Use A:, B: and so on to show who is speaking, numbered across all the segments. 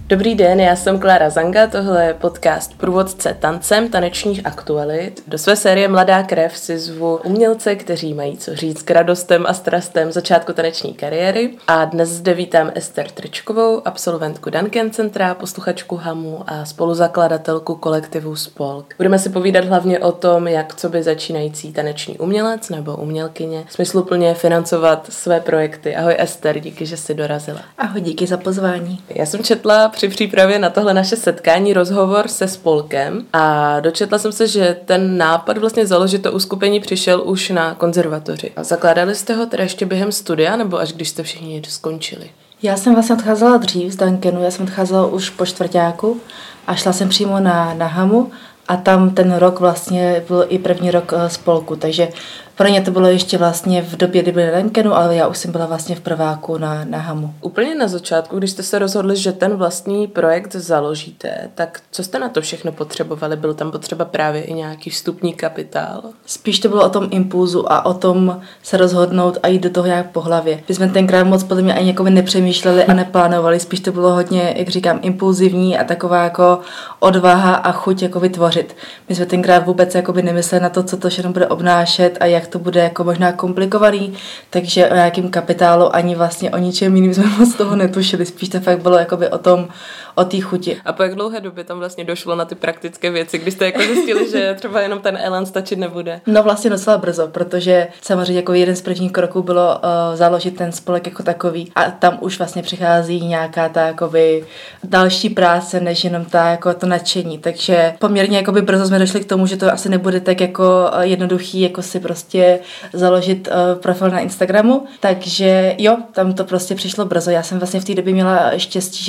A: Dobrý den, já jsem Klára Zanga, tohle je podcast Průvodce tancem tanečních aktualit. Do své série Mladá krev si zvu umělce, kteří mají co říct k radostem a strastem začátku taneční kariéry. A dnes zde vítám Ester Trčkovou, absolventku Duncan Centra, posluchačku Hamu a spoluzakladatelku kolektivu Spolk. Budeme si povídat hlavně o tom, jak co by začínající taneční umělec nebo umělkyně smysluplně financovat své projekty. Ahoj Ester, díky, že jsi dorazila.
B: Ahoj, díky za pozvání.
A: Já jsem četla při přípravě na tohle naše setkání rozhovor se Spolkem a dočetla jsem se, že ten nápad vlastně založit to uskupení přišel už na konzervatoři. A zakládali jste ho teda ještě během studia nebo až když jste všichni skončili?
B: Já jsem vlastně odcházela dřív z Duncanu, já jsem odcházela už po čtvrťáku a šla jsem přímo na Hamu a tam ten rok vlastně byl i první rok Spolku, takže pro ně to bylo ještě vlastně v době, kdy byli na Duncanu, ale já už jsem byla vlastně v prváku na Hamu.
A: Úplně na začátku, když jste se rozhodli, že ten vlastní projekt založíte, tak co jste na to všechno potřebovali? Byl tam potřeba právě i nějaký vstupní kapitál?
B: Spíš to bylo o tom impulzu a o tom se rozhodnout a jít do toho nějak po hlavě. My jsme tenkrát moc podle mě ani jakoby nepřemýšleli a neplánovali, spíš to bylo hodně, jak říkám, impulzivní a taková jako odvaha a chuť jako vytvořit. My jsme tenkrát vůbec jakoby nemysleli na to, co to všechno bude obnášet a jak to bude jako možná komplikovaný, takže o nějakým kapitálu ani vlastně o ničem jiným jsme moc toho netušili, spíš to fakt bylo jakoby o té chuti.
A: A po jak dlouhé době tam vlastně došlo na ty praktické věci, když jste jako zjistili, že třeba jenom ten elan stačit nebude?
B: No vlastně docela brzo, protože samozřejmě jako jeden z prvních kroků bylo založit ten spolek jako takový a tam už vlastně přichází nějaká ta jakoby další práce, než jenom ta jako to nadšení, takže poměrně jakoby brzo jsme došli k tomu, že to asi nebude tak jako jednoduchý, jako si prostě založit profil na Instagramu, takže jo, tam to prostě přišlo brzo. Já jsem vlastně v té době měla štěstí,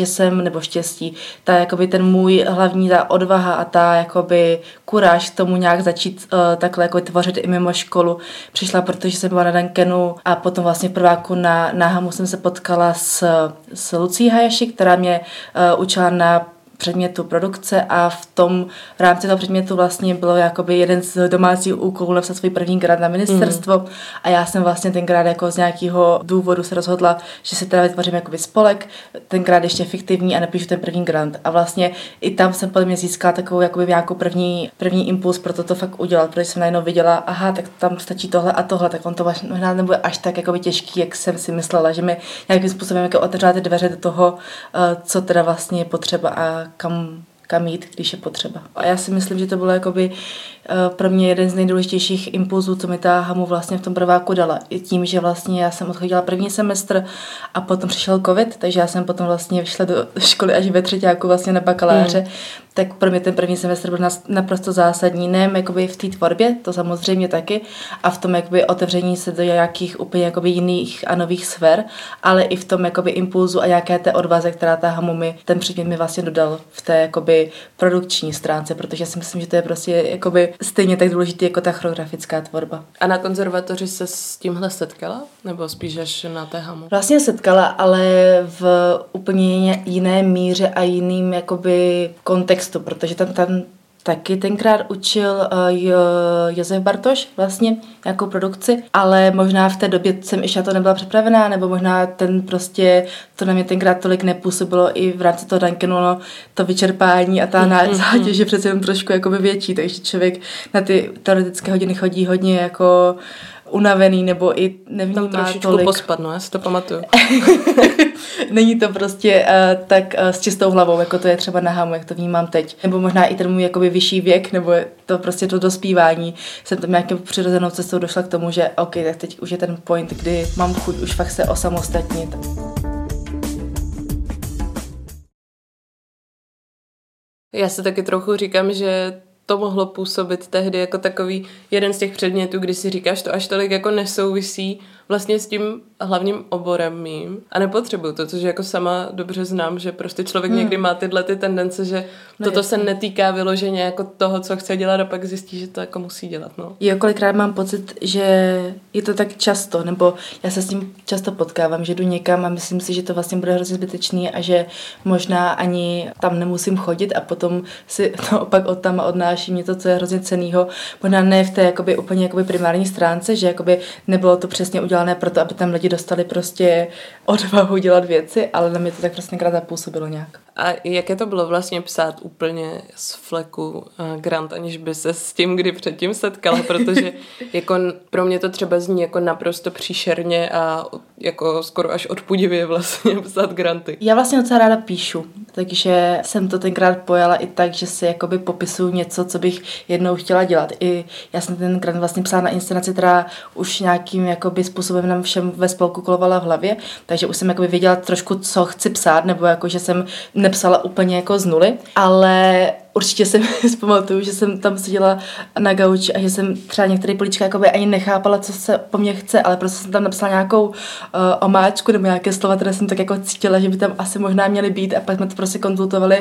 B: ta jakoby ten můj hlavní ta odvaha a ta jakoby kuráž k tomu nějak začít takhle jako tvořit i mimo školu. Přišla, protože jsem byla na Duncanu a potom vlastně v prváku na Hamu jsem se potkala s Lucí Hayashi, která mě učila na předmětu produkce a v tom rámci toho předmětu vlastně bylo jakoby jeden z domácích úkolů napsat svůj první grant na ministerstvo a já jsem vlastně tenkrát jako z nějakého důvodu se rozhodla, že si teda vytvořím jakoby spolek, tenkrát ještě fiktivní a napíšu ten první grant a vlastně i tam jsem podle mě získala takovou jakoby nějakou první impuls pro to fakt udělat, protože jsem najednou viděla, aha, tak tam stačí tohle a tohle, tak on to možná nebude až tak jakoby těžký, jak jsem si myslela, že mi nějakým způsobem jako otevřela ty dveře do toho, co teda vlastně je potřeba a kam jít, když je potřeba. A já si myslím, že to bylo jakoby pro mě jeden z nejdůležitějších impulzů, co mi ta Hamu vlastně v tom prváku dala. I tím, že vlastně já jsem odchodila první semestr a potom přišel covid, takže já jsem potom vlastně šla do školy až ve třetíku vlastně na bakaláře. Tak pro mě ten první semestr byl naprosto zásadní, nejen jakoby v té tvorbě, to samozřejmě taky, a v tom jakoby otevření se do nějakých úplně jakoby jiných a nových sfér, ale i v tom jakoby impulzu a jaké té odvaze, která ta Hamu ten předmět mi vlastně dodal v té jakoby produkční stránce, protože já si myslím, že to je prostě jakoby stejně tak důležitý jako ta choreografická tvorba.
A: A na konzervatoři se s tímhle setkala? Nebo spíš až na té Hamu?
B: Vlastně setkala, ale v úplně jiné míře a jiným jakoby kontextu, protože tam taky tenkrát učil Josef Bartoš vlastně nějakou produkci, ale možná v té době jsem ještě na to nebyla připravená, nebo možná to na mě tenkrát tolik nepůsobilo i v rámci toho Duncanu, no, to vyčerpání a ta zátěž je přece jen trošku jakoby větší, takže člověk na ty teoretické hodiny chodí hodně jako unavený, nebo i nevnímá
A: trošičku
B: tolik.
A: Pospat, no, já si to pamatuju.
B: Není to prostě tak s čistou hlavou, jako to je třeba na Hamu, jak to vnímám teď. Nebo možná i ten můj jakoby vyšší věk, nebo to prostě to dospívání. Jsem tam nějakou přirozenou cestou došla k tomu, že ok, tak teď už je ten point, kdy mám chuť už fakt se osamostatnit.
A: Já si taky trochu říkám, že to mohlo působit tehdy jako takový jeden z těch předmětů, kdy si říkáš, to až tolik jako nesouvisí vlastně s tím hlavním oborem mým a nepotřebuju to, což jako sama dobře znám, že prostě člověk někdy má tyhle ty tendence, že toto se netýká vyloženě jako toho, co chce dělat a pak zjistí, že to jako musí dělat, no.
B: Jo, kolikrát mám pocit, že je to tak často, nebo já se s tím často potkávám, že jdu někam a myslím si, že to vlastně bude hrozně zbytečný a že možná ani tam nemusím chodit a potom si to opak od tam odnáším něco, co je hrozně cennýho, možná ne v té jakoby, úplně jakoby primární stránce, že jakoby nebylo to přesně udělat udělané proto, aby tam lidi dostali prostě odvahu dělat věci, ale na mě to tak prostě krát zapůsobilo nějak.
A: A jaké to bylo vlastně psát úplně z fleku grant, aniž by se s tím kdy předtím setkala, protože jako pro mě to třeba zní jako naprosto příšerně a jako skoro až odpudivě vlastně psát granty.
B: Já vlastně docela ráda píšu, takže jsem to tenkrát pojala i tak, že si jakoby popisuju něco, co bych jednou chtěla dělat. I já jsem ten grant vlastně psala na inscenaci, která už nějakým jakoby způsobem nám všem ve spolku kolovala v hlavě, takže už jsem jakoby věděla trošku, co chci psát, nebo jako, že jsem nepsala úplně jako z nuly, ale určitě si zpamatuju, že jsem tam seděla na gauči a že jsem třeba některé políčka jakoby ani nechápala, co se po mně chce, ale prostě jsem tam napsala nějakou omáčku nebo nějaké slova, které jsem tak jako cítila, že by tam asi možná měly být a pak jsme to prostě konzultovali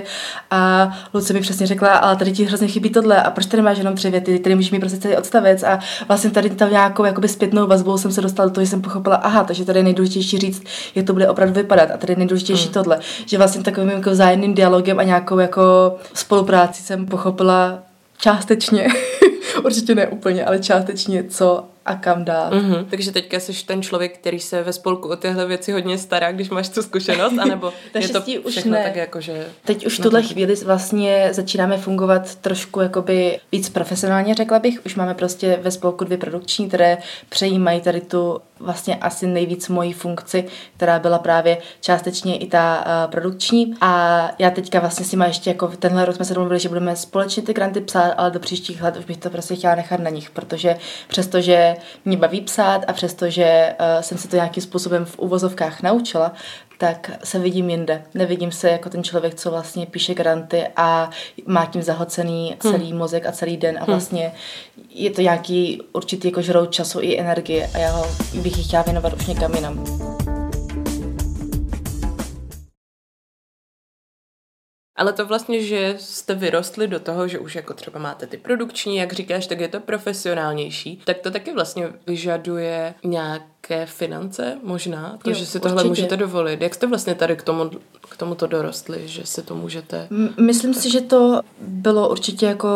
B: a Luce mi přesně řekla, ale tady ti hrozně chybí tohle a proč tady máš jenom 3 věty, tady můžeš mít prostě celý odstavec a vlastně tady tam nějakou jakoby zpětnou vazbou jsem se dostala do toho, že jsem pochopila, aha, takže tady je nejdůležitější říct, jak to bude opravdu vypadat a tady je nejdůležitější tohle, že vlastně takovým jako vzájemným dialogem a nějakou jako spolupráci jsem pochopila částečně, určitě ne úplně, ale částečně co a kam dát.
A: Mm-hmm. Takže teďka jsi ten člověk, který se ve spolku o tyhle věci hodně stará, když máš tu zkušenost, anebo je to všechno tak jako, že...
B: Teď už v tuhle chvíli vlastně začínáme fungovat trošku jakoby víc profesionálně, řekla bych. Už máme prostě ve spolku 2 produkční, které přejímají tady tu vlastně asi nejvíc mojí funkci, která byla právě částečně i ta produkční. A já teďka vlastně si má ještě jako tenhle rok jsme se domluvili, že budeme společně ty granty psát, ale do příštích let už bych to prostě chtěla nechat na nich, protože přestože mě baví psát a přestože jsem se to nějakým způsobem v uvozovkách naučila, tak se vidím jinde. Nevidím se jako ten člověk, co vlastně píše granty a má tím zahlcený celý mozek a celý den a vlastně je to nějaký určitý jako žrout času i energie a já bych ji chtěla věnovat už někam jinam.
A: Ale to vlastně, že jste vyrostli do toho, že už jako třeba máte ty produkční, jak říkáš, tak je to profesionálnější, tak to taky vlastně vyžaduje nějaké finance možná, to, že si tohle určitě můžete dovolit. Jak jste vlastně tady k tomuto dorostli, že si to můžete...
B: Myslím si, že to bylo určitě jako...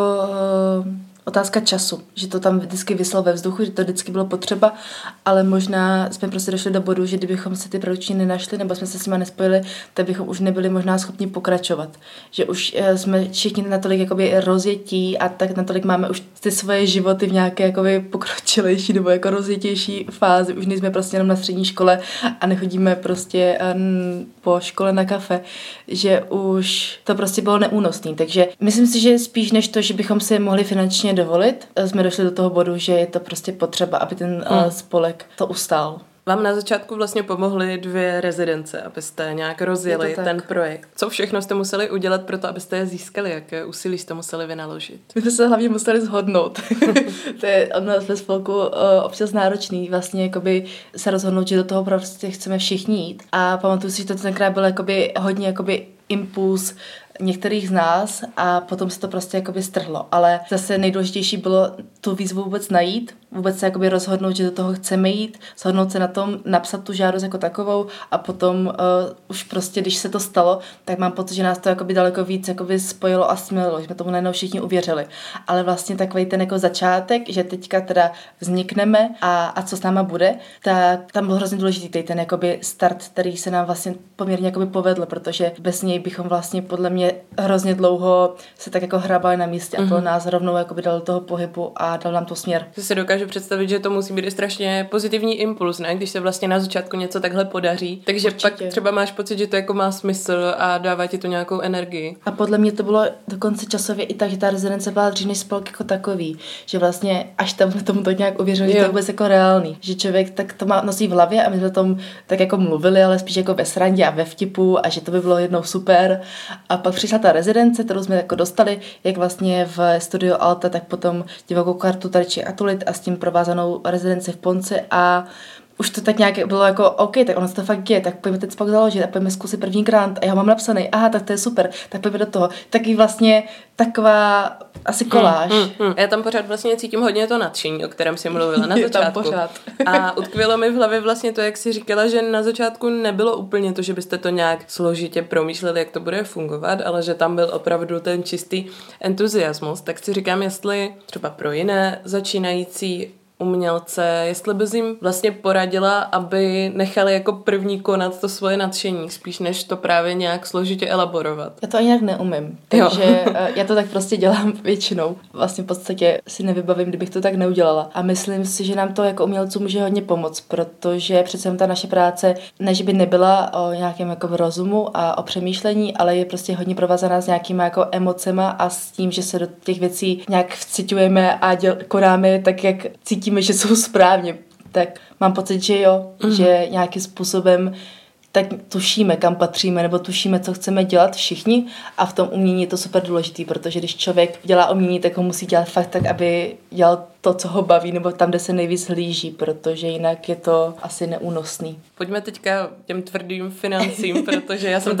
B: otázka času, že to tam vždycky vyselo ve vzduchu, že to vždycky bylo potřeba, ale možná jsme prostě došli do bodu, že kdybychom si ty produkční nenašli nebo jsme se s nimi nespojili, tak bychom už nebyli možná schopni pokračovat. Že už jsme všichni natolik jakoby rozjetí a tak natolik máme už ty svoje životy v nějaké jakoby pokročilejší nebo jako rozjetější fázi. Už nejsme prostě jenom na střední škole a nechodíme prostě po škole na kafe, že už to prostě bylo neúnosný. Takže myslím si, že spíš než to, že bychom si mohli finančně dovolit, jsme došli do toho bodu, že je to prostě potřeba, aby ten spolek to ustál.
A: Vám na začátku vlastně pomohly 2 rezidence, abyste nějak rozjeli ten projekt. Co všechno jste museli udělat pro to, abyste je získali? Jaké úsilí jste museli vynaložit?
B: My jsme se hlavně museli shodnout. To je od nás ve spolku občas náročný vlastně jakoby se rozhodnout, že do toho prostě chceme všichni jít. A pamatuju si, že to tenkrát byl jakoby hodně jakoby impuls některých z nás a potom se to prostě jakoby strhlo. Ale zase nejdůležitější bylo tu výzvu vůbec najít, vůbec se jakoby rozhodnout, že do toho chceme jít, shodnout se na tom, napsat tu žádost jako takovou a potom už prostě, když se to stalo, tak mám pocit, že nás to jakoby daleko víc jakoby spojilo a smililo, že jsme tomu najednou všichni uvěřili. Ale vlastně takový ten jako začátek, že teďka teda vznikneme a co s náma bude, tak tam byl hrozně důležitý ten jakoby start, který se nám vlastně poměrně jakoby povedl, protože bez něj bychom vlastně podle mě hrozně dlouho se tak jako hrabali na místě a to nás rovnou jakoby dal do toho pohybu a dal nám to směr.
A: To si dokážu představit, že to musí být i strašně pozitivní impuls, ne? Když se vlastně na začátku něco takhle podaří. Takže určitě. Pak třeba máš pocit, že to jako má smysl a dává ti to nějakou energii.
B: A podle mě to bylo dokonce časově i tak, že ta rezidence byla dřív než spolek jako takový, že vlastně až tam tomu to nějak uvěřili, že to je vůbec jako reálný, že člověk tak to má nosí v hlavě a my jsme o tom tak jako mluvili, ale spíš jako ve srandě a ve vtipu a že to by bylo jednou super. A pak přišla ta rezidence, kterou jsme jako dostali, jak vlastně v studiu Alta, tak potom divakou kartu Tarči Atulit a s tím provázanou rezidenci v Ponci a už to tak nějak bylo jako OK, tak ono to fakt je, tak pojďme teď spolu založit a pojďme zkusit první grant a já ho mám napsaný, aha, tak to je super, tak pojďme do toho. Taky vlastně taková asi koláž.
A: Já tam pořád vlastně cítím hodně to nadšení, o kterém jsi mluvila na začátku. A utkvělo mi v hlavě vlastně to, jak jsi říkala, že na začátku nebylo úplně to, že byste to nějak složitě promýšleli, jak to bude fungovat, ale že tam byl opravdu ten čistý entuziasmus. Tak si říkám, jestli třeba pro jiné začínající umělce, jestli bys jim vlastně poradila, aby nechali jako první konat to svoje nadšení, spíš než to právě nějak složitě elaborovat.
B: Já to ani nějak neumím, takže já to tak prostě dělám většinou. Vlastně v podstatě si nevybavím, kdybych to tak neudělala. A myslím si, že nám to jako umělcům může hodně pomoct, protože přece ta naše práce, než by nebyla o nějakém jako rozumu a o přemýšlení, ale je prostě hodně provázaná s nějakýma jako emocema a s tím, že se do těch věcí nějak vciťujeme a konáme tak, jak cítíme, že jsou správně. Tak mám pocit, že jo, že nějakým způsobem tak tušíme, kam patříme, nebo tušíme, co chceme dělat všichni a v tom umění je to super důležitý, protože když člověk dělá umění, tak ho musí dělat fakt tak, aby dělal to, co ho baví, nebo tam, kde se nejvíc hlíží, protože jinak je to asi neúnosný.
A: Pojďme teďka těm tvrdým financím, protože já jsem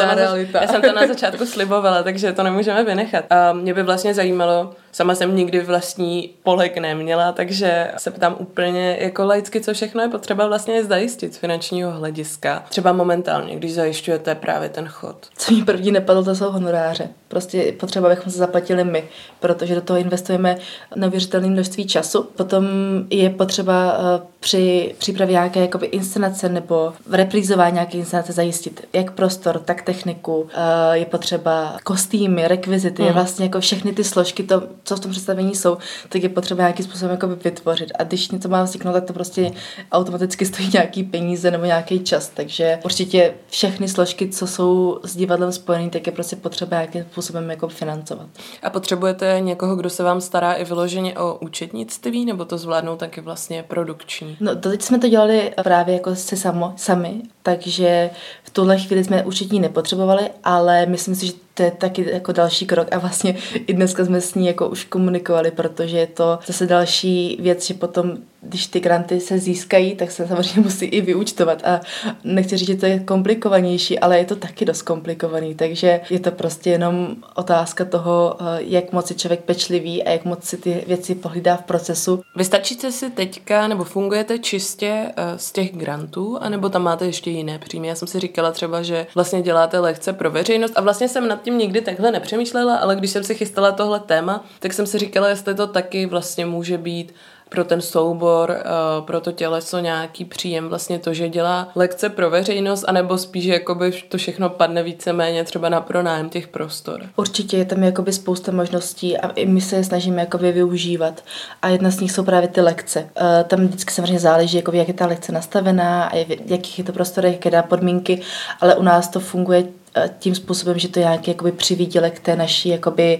A: to na začátku slibovala, takže to nemůžeme vynechat. A mě by vlastně zajímalo, sama jsem nikdy vlastní polek neměla, takže se ptám úplně jako laicky, co všechno je potřeba vlastně zajistit z finančního hlediska. Třeba momentálně, když zajišťujete právě ten chod.
B: Co mi první napadlo, to jsou honoráře. Prostě potřeba, abychom se zaplatili my, protože do toho investujeme neuvěřitelné množství času. Potom je potřeba při přípravě nějaké jakoby inscenace nebo v reprízování nějaké inscenace zajistit jak prostor, tak techniku. Je potřeba kostýmy, rekvizity, vlastně jako všechny ty složky, to, co v tom představení jsou, tak je potřeba nějakým způsobem jakoby vytvořit. A když něco má vzniknout, tak to prostě automaticky stojí nějaký peníze nebo nějaký čas. Takže určitě všechny složky, co jsou s divadlem spojené, tak je prostě potřeba nějakým způsobem jako financovat. A
A: potřebujete někoho, kdo se vám stará i vyloženě o účetnictví, nebo to zvládnou taky vlastně produkční?
B: No, teď jsme to dělali právě jako sami, takže v tuhle chvíli jsme účetní nepotřebovali, ale myslím si, že to je taky jako další krok a vlastně i dneska jsme s ní jako už komunikovali, protože je to zase další věc, že potom, když ty granty se získají, tak se samozřejmě musí i vyúčtovat a nechci říct, že to je komplikovanější, ale je to taky dost komplikovaný, takže je to prostě jenom otázka toho, jak moc je člověk pečlivý a jak moc si ty věci pohlídá v procesu.
A: Vystačíte si teďka, nebo fungujete čistě z těch grantů, anebo tam máte ještě jiné příjmy? Já jsem si říkala třeba, že vlastně děláte lekce pro veřejnost a vlastně jsem nad tím nikdy takhle nepřemýšlela, ale když jsem si chystala tohle téma, tak jsem si říkala, jestli to taky vlastně může být pro ten soubor, pro to těleso nějaký příjem, vlastně to, že dělá lekce pro veřejnost, anebo spíš jakoby to všechno padne víceméně třeba na pronájem těch prostor.
B: Určitě je tam jakoby spousta možností a i my se je snažíme jakoby využívat a jedna z nich jsou právě ty lekce. Tam vždycky samozřejmě záleží, jakoby, jak je ta lekce nastavená a v jakých je to prostorech, jaké dá podmínky, ale u nás to funguje tím způsobem, že to je nějaký jakoby přivýdělek té naší jakoby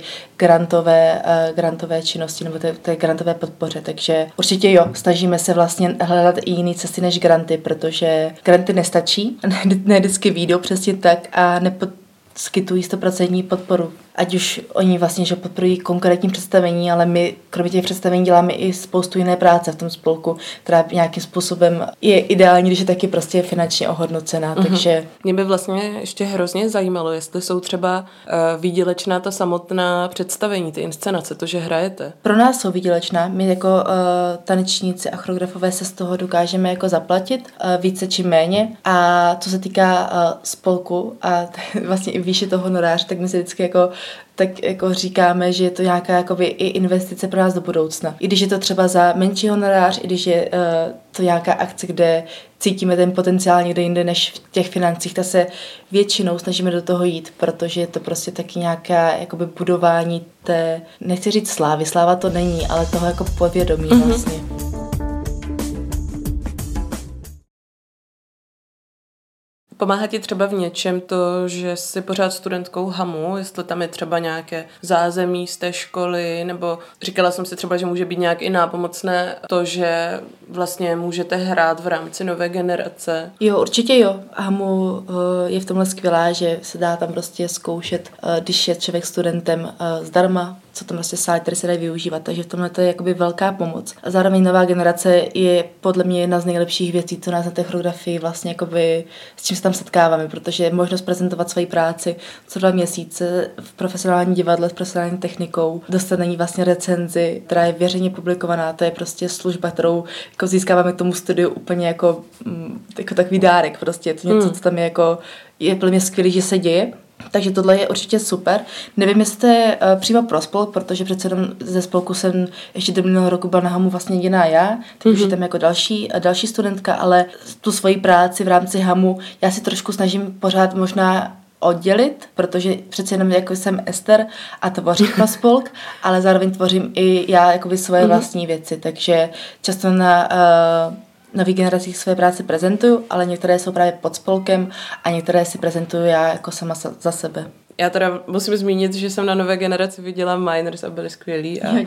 B: grantové činnosti nebo té grantové podpoře. Takže určitě jo, snažíme se vlastně hledat i jiné cesty než granty, protože granty nestačí, ne vždycky výjdou přesně tak a skytují 100% podporu. Ať už oni vlastně, že podporují konkrétní představení, ale my kromě těch představení děláme i spoustu jiné práce v tom spolku, která nějakým způsobem je ideální, když je taky prostě finančně ohodnocená. Takže
A: mě by vlastně ještě hrozně zajímalo, jestli jsou třeba výdělečná ta samotná představení, ty inscenace, to, že hrajete.
B: Pro nás jsou výdělečná. My jako tanečníci a choreografové se z toho dokážeme jako zaplatit více či méně. A co se týká spolku a vlastně i výše toho honoráře, tak my se vždycky tak jako říkáme, že je to nějaká jakoby i investice pro nás do budoucna. I když je to třeba za menší honorář, i když je to nějaká akce, kde cítíme ten potenciál někde jinde než v těch financích, tak se většinou snažíme do toho jít, protože je to prostě taky nějaká jakoby budování té, nechci říct slávy, sláva to není, ale toho jako povědomí vlastně.
A: Pomáhá ti třeba v něčem to, že jsi pořád studentkou HAMu, jestli tam je třeba nějaké zázemí z té školy, nebo říkala jsem si třeba, že může být nějak i nápomocné to, že vlastně můžete hrát v rámci nové generace.
B: Jo, určitě jo. HAMu je v tomhle skvělá, že se dá tam prostě zkoušet, když je člověk studentem zdarma, co tam prostě sály, které se dají využívat, takže v tomhle to je jakoby velká pomoc. A zároveň nová generace je podle mě jedna z nejlepších věcí, co nás na té choreografii vlastně jakoby, s čím se tam setkáváme, protože je možnost prezentovat svoji práci co 2 měsíce v profesionálním divadle s profesionální technikou, dostat na ní vlastně recenzi, která je veřejně publikovaná, to je prostě služba, kterou jako získáváme k tomu studiu úplně jako takový dárek, prostě je to něco, co tam je jako, je podle mě skvělý, že se děje. Takže tohle je určitě super. Nevím, jestli to je přímo pro spolk, protože přece jenom ze spolku jsem ještě do minulého roku byla na Hamu vlastně jediná já, teď už je tam jako další studentka, ale tu svoji práci v rámci Hamu já si trošku snažím pořád možná oddělit, protože přece jenom jako jsem Ester a tvořím pro spolk, ale zároveň tvořím i já jakoby svoje vlastní věci, takže často na nových generacích své práce prezentuju, ale některé jsou právě pod spolkem a některé si prezentuju já jako sama za sebe.
A: Já teda musím zmínit, že jsem na Nové generaci viděla Miners a byli skvělí a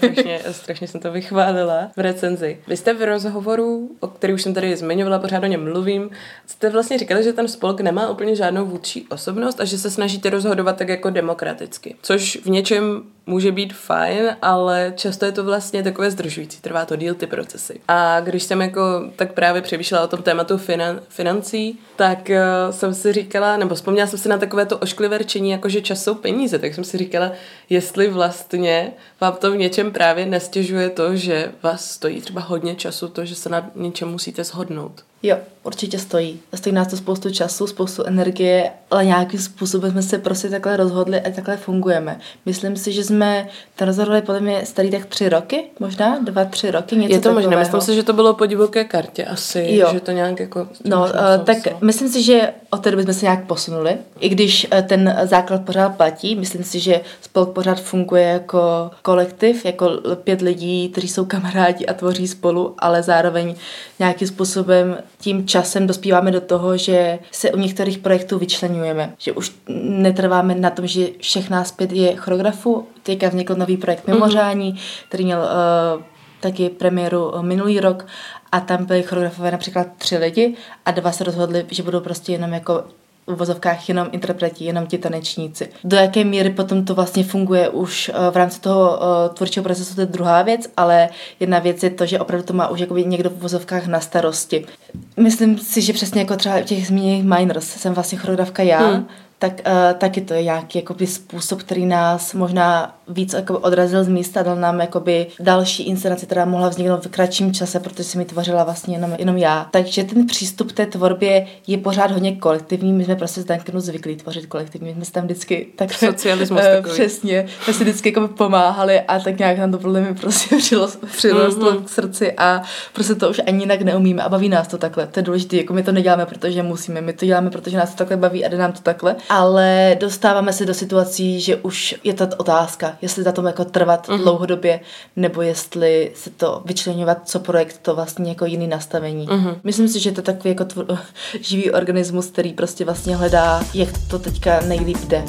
A: strašně jsem to vychválila v recenzi. Vy jste v rozhovoru, o který už jsem tady zmiňovala, pořád o něm mluvím, jste vlastně říkali, že ten spolk nemá úplně žádnou vůdčí osobnost a že se snažíte rozhodovat tak jako demokraticky, což v něčem může být fajn, ale často je to vlastně takové zdržující, trvá to díl ty procesy. A když jsem jako tak právě přemýšlela o tom tématu financí, tak jsem si říkala, nebo vzpomněla jsem si na takové to ošklivé rčení, jako že čas jsou peníze, tak jsem si říkala, jestli vlastně vám to v něčem právě nestěžuje to, že vás stojí třeba hodně času, to, že se na něčem musíte shodnout.
B: Jo, určitě stojí. Stojí nás to spoustu času, spoustu energie, ale nějakým způsobem jsme se prostě takhle rozhodli a takhle fungujeme. Myslím si, že jsme ten rozhodli podle mě starý tak 3 roky, možná 2-3 roky, něco
A: je to
B: takového.
A: možné, myslím si, že to bylo po divoké kartě asi,
B: jo.
A: Že to nějak jako...
B: No, tak myslím si, že od té doby jsme se nějak posunuli. I když ten základ pořád platí, myslím si, že spolek pořád funguje jako kolektiv, jako 5 lidí, kteří jsou kamarádi a tvoří spolu, ale zároveň nějakým způsobem tím časem dospíváme do toho, že se u některých projektů vyčleňujeme. Že už netrváme na tom, že všech nás 5 je choreografů. Teďka vznikl nový projekt Mimořádní, který měl taky premiéru minulý rok a tam byly choreografové například 3 lidi a 2 se rozhodli, že budou prostě jenom jako v uvozovkách jenom interpreti, jenom ti tanečníci. Do jaké míry potom to vlastně funguje už v rámci toho tvůrčího procesu, to je druhá věc, ale jedna věc je to, že opravdu to má už jakoby někdo v uvozovkách na starosti. Myslím si, že přesně jako třeba v těch zmíněných Miners jsem vlastně choreografka já, tak taky to je nějaký jakoby způsob, který nás možná víc jakoby odrazil z místa, dal nám jakoby další inscenaci, která mohla vzniknout v kratším čase, protože jsem ji tvořila vlastně jenom já. Takže ten přístup k té tvorbě je pořád hodně kolektivní. My jsme prostě s Duncanu zvyklí tvořit kolektivně. My jsme tam vždycky tak
A: socialismus takový.
B: Přesně. My si vždycky jako pomáhali a tak nějak nám to podle mě prostě přirostlo k srdci a prostě to už ani jinak neumíme a baví nás to takhle. To je důležité, jako my to neděláme, protože musíme, my to děláme, protože nás to takhle baví a jde nám to takhle. Ale dostáváme se do situací, že už je ta otázka, jestli za tom jako trvat dlouhodobě, nebo jestli se to vyčleňovat, co projekt, to vlastně jako jiný nastavení. Myslím si, že to je takový jako živý organismus, který prostě vlastně hledá, jak to teďka nejlíp jde.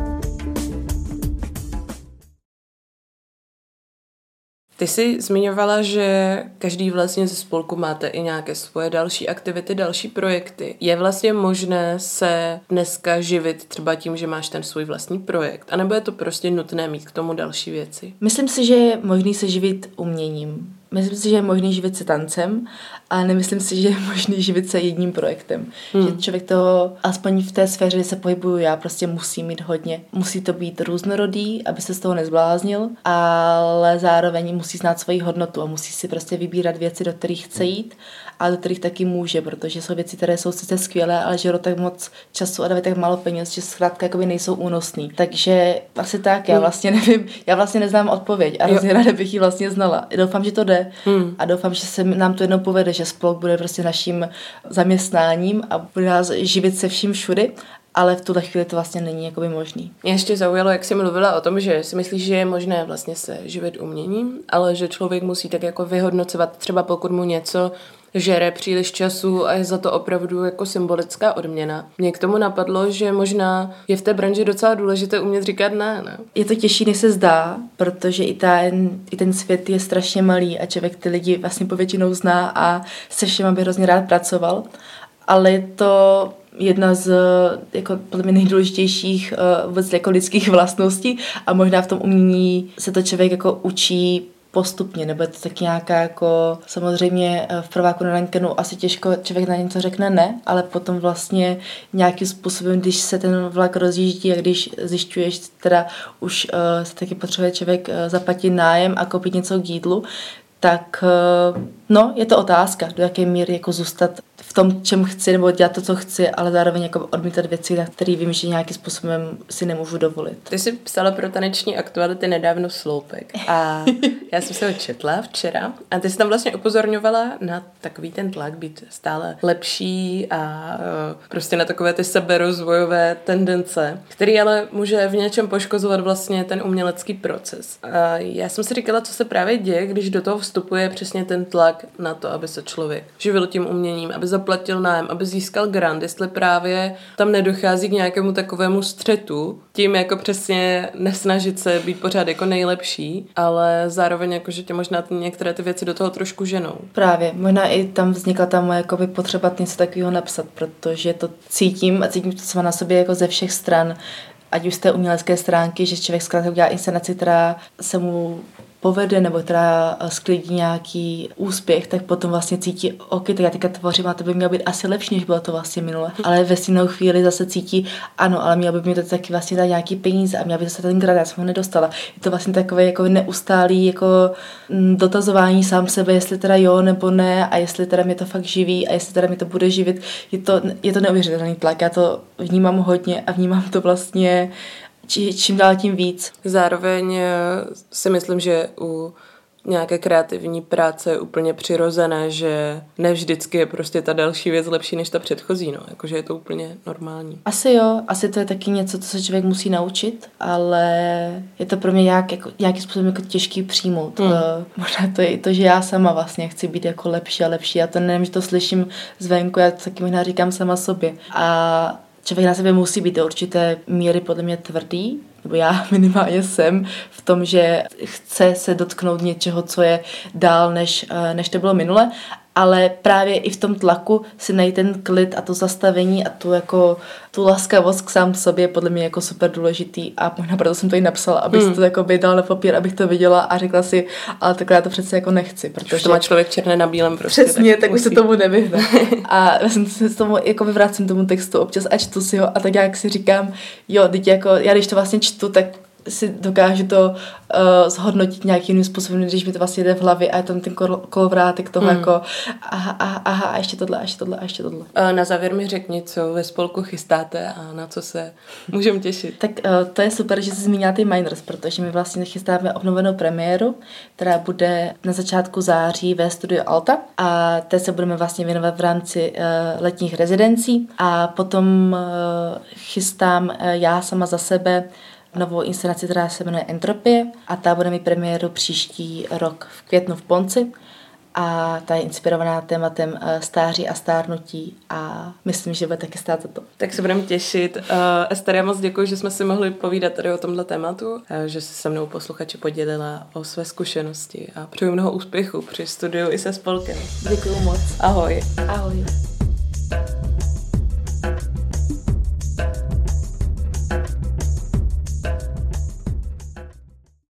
A: Ty jsi zmiňovala, že každý vlastně ze spolku máte i nějaké svoje další aktivity, další projekty. Je vlastně možné se dneska živit třeba tím, že máš ten svůj vlastní projekt? A nebo je to prostě nutné mít k tomu další věci?
B: Myslím si, že je možný se živit uměním. Myslím si, že je možný živit se tancem, ale nemyslím si, že je možný živit se jedním projektem. Že člověk toho, aspoň v té sféře, kde se pohybuju já, prostě musí mít hodně. Musí to být různorodý, aby se z toho nezbláznil, ale zároveň musí znát svoji hodnotu a musí si prostě vybírat věci, do kterých chce jít a do kterých taky může, protože jsou věci, které jsou sice skvělé, ale žerou tak moc času a dávají tak málo peněz, že zkrátka jakoby nejsou únosný. Takže asi tak, já vlastně nevím, já vlastně neznám odpověď a hrozně ráda bych ji vlastně znala. Doufám, že to jde a doufám, že se nám to jednou povede, že spolek bude prostě naším zaměstnáním a bude nás živit se vším všudy, ale v tuhle chvíli to vlastně není jakoby možný.
A: Mě ještě zaujalo, jak jsi mluvila o tom, že si myslíš, že je možné vlastně se živit uměním, ale že člověk musí tak jako vyhodnocovat, třeba pokud mu něco žere příliš času a je za to opravdu jako symbolická odměna. Mě k tomu napadlo, že možná je v té branži docela důležité umět říkat ne.
B: Je to těžší, než se zdá, protože i ten svět je strašně malý a člověk ty lidi vlastně povětšinou zná a se všema by hrozně rád pracoval, ale je to jedna z jako podle mě nejdůležitějších vůbec jako lidských vlastností a možná v tom umění se to člověk jako učí postupně, nebo je to tak nějaká jako, samozřejmě v prváku na Duncanu asi těžko člověk na něco řekne ne, ale potom vlastně nějakým způsobem, když se ten vlak rozjíždí a když zjišťuješ, teda už se taky potřebuje člověk zaplatit nájem a koupit něco k jídlu, tak no, je to otázka, do jaké míry jako zůstat v tom, čem chci, nebo dělat to, co chci, ale zároveň jako odmítat věci, na které vím, že nějakým způsobem si nemůžu dovolit.
A: Ty jsi psala pro Taneční aktuality nedávno sloupek a já jsem se ho četla včera a ty jsi tam vlastně upozorňovala na takový ten tlak být stále lepší a prostě na takové ty seberozvojové tendence, který ale může v něčem poškozovat vlastně ten umělecký proces. A já jsem si říkala, co se právě děje, když do toho vstupuje přesně ten tlak na to, aby se člověk živil tím uměním, aby zaplatil nájem, aby získal grant, jestli právě tam nedochází k nějakému takovému střetu, tím jako přesně nesnažit se být pořád jako nejlepší, ale zároveň jako, že tě možná některé ty věci do toho trošku ženou.
B: Právě, možná i tam vznikla ta moje jakoby potřeba něco takového napsat, protože to cítím a cítím to sama na sobě jako ze všech stran, ať už z té umělecké stránky, že člověk zkrátka udělá inscenaci, která se mu povede nebo která sklidí nějaký úspěch, tak potom vlastně cítí, ok, tak já teďka tvořím a to by mělo být asi lepší, než bylo to vlastně minule. Ale ve stejnou chvíli zase cítí, ano, ale mělo by mi to taky vlastně dát nějaký peníze a měla by zase ten grad, já jsem ho nedostala. Je to vlastně takové jako neustálý jako dotazování sám sebe, jestli teda jo nebo ne a jestli teda mě to fakt živí a jestli teda mi to bude živit. Je to neuvěřitelný tlak, já to vnímám hodně a vnímám to vlastně čím dál tím víc.
A: Zároveň si myslím, že u nějaké kreativní práce je úplně přirozené, že ne vždycky je prostě ta další věc lepší než ta předchozí, no. Jakože je to úplně normální.
B: Asi jo, asi to je taky něco, co se člověk musí naučit, ale je to pro mě nějakým způsobem jako těžký přijmout. Možná to je i to, že já sama vlastně chci být jako lepší a lepší. Já to nevím, že to slyším zvenku, já to taky možná říkám sama sobě. A člověk na sebe musí být do určité míry podle mě tvrdý, nebo já minimálně jsem v tom, že chce se dotknout něčeho, co je dál, než to bylo minule, ale právě i v tom tlaku si najít ten klid a to zastavení a tu laskavost k sám sobě je podle mě jako super důležitý a možná proto jsem to i napsala, abych si to jako dala na papír, abych to viděla a řekla si, ale takhle já to přece jako nechci, protože
A: to má člověk černé na bílém prostě.
B: Přesně, tak už se tomu nevyhne. A já jsem se tomu jako vyvracím tomu textu občas a čtu si ho a tak jak si říkám, jo, teď jako já když to vlastně čtu, tak si dokážu to zhodnotit nějakým jiným způsobem, když mi to vlastně jde v hlavě a je tam ten kolovrátek toho jako aha, a ještě tohle.
A: Na závěr mi řekni, co ve spolku chystáte a na co se můžeme těšit.
B: Tak to je super, že jsi zmínila ty Miners, protože my vlastně chystáme obnovenou premiéru, která bude na začátku září ve studiu Alta a té se budeme vlastně věnovat v rámci letních rezidencí a potom chystám já sama za sebe novou inscenaci, která se jmenuje Entropie a ta bude mít premiéru příští rok v květnu v Ponci a ta je inspirovaná tématem stáří a stárnutí a myslím, že bude taky stát za to.
A: Tak se budeme těšit. Ester, já moc děkuji, že jsme si mohli povídat tady o tomhle tématu, že jsi se mnou posluchači podělila o své zkušenosti a přeju mnoho úspěchu při studiu i se spolkem.
B: Děkuju moc.
A: Ahoj.
B: Ahoj.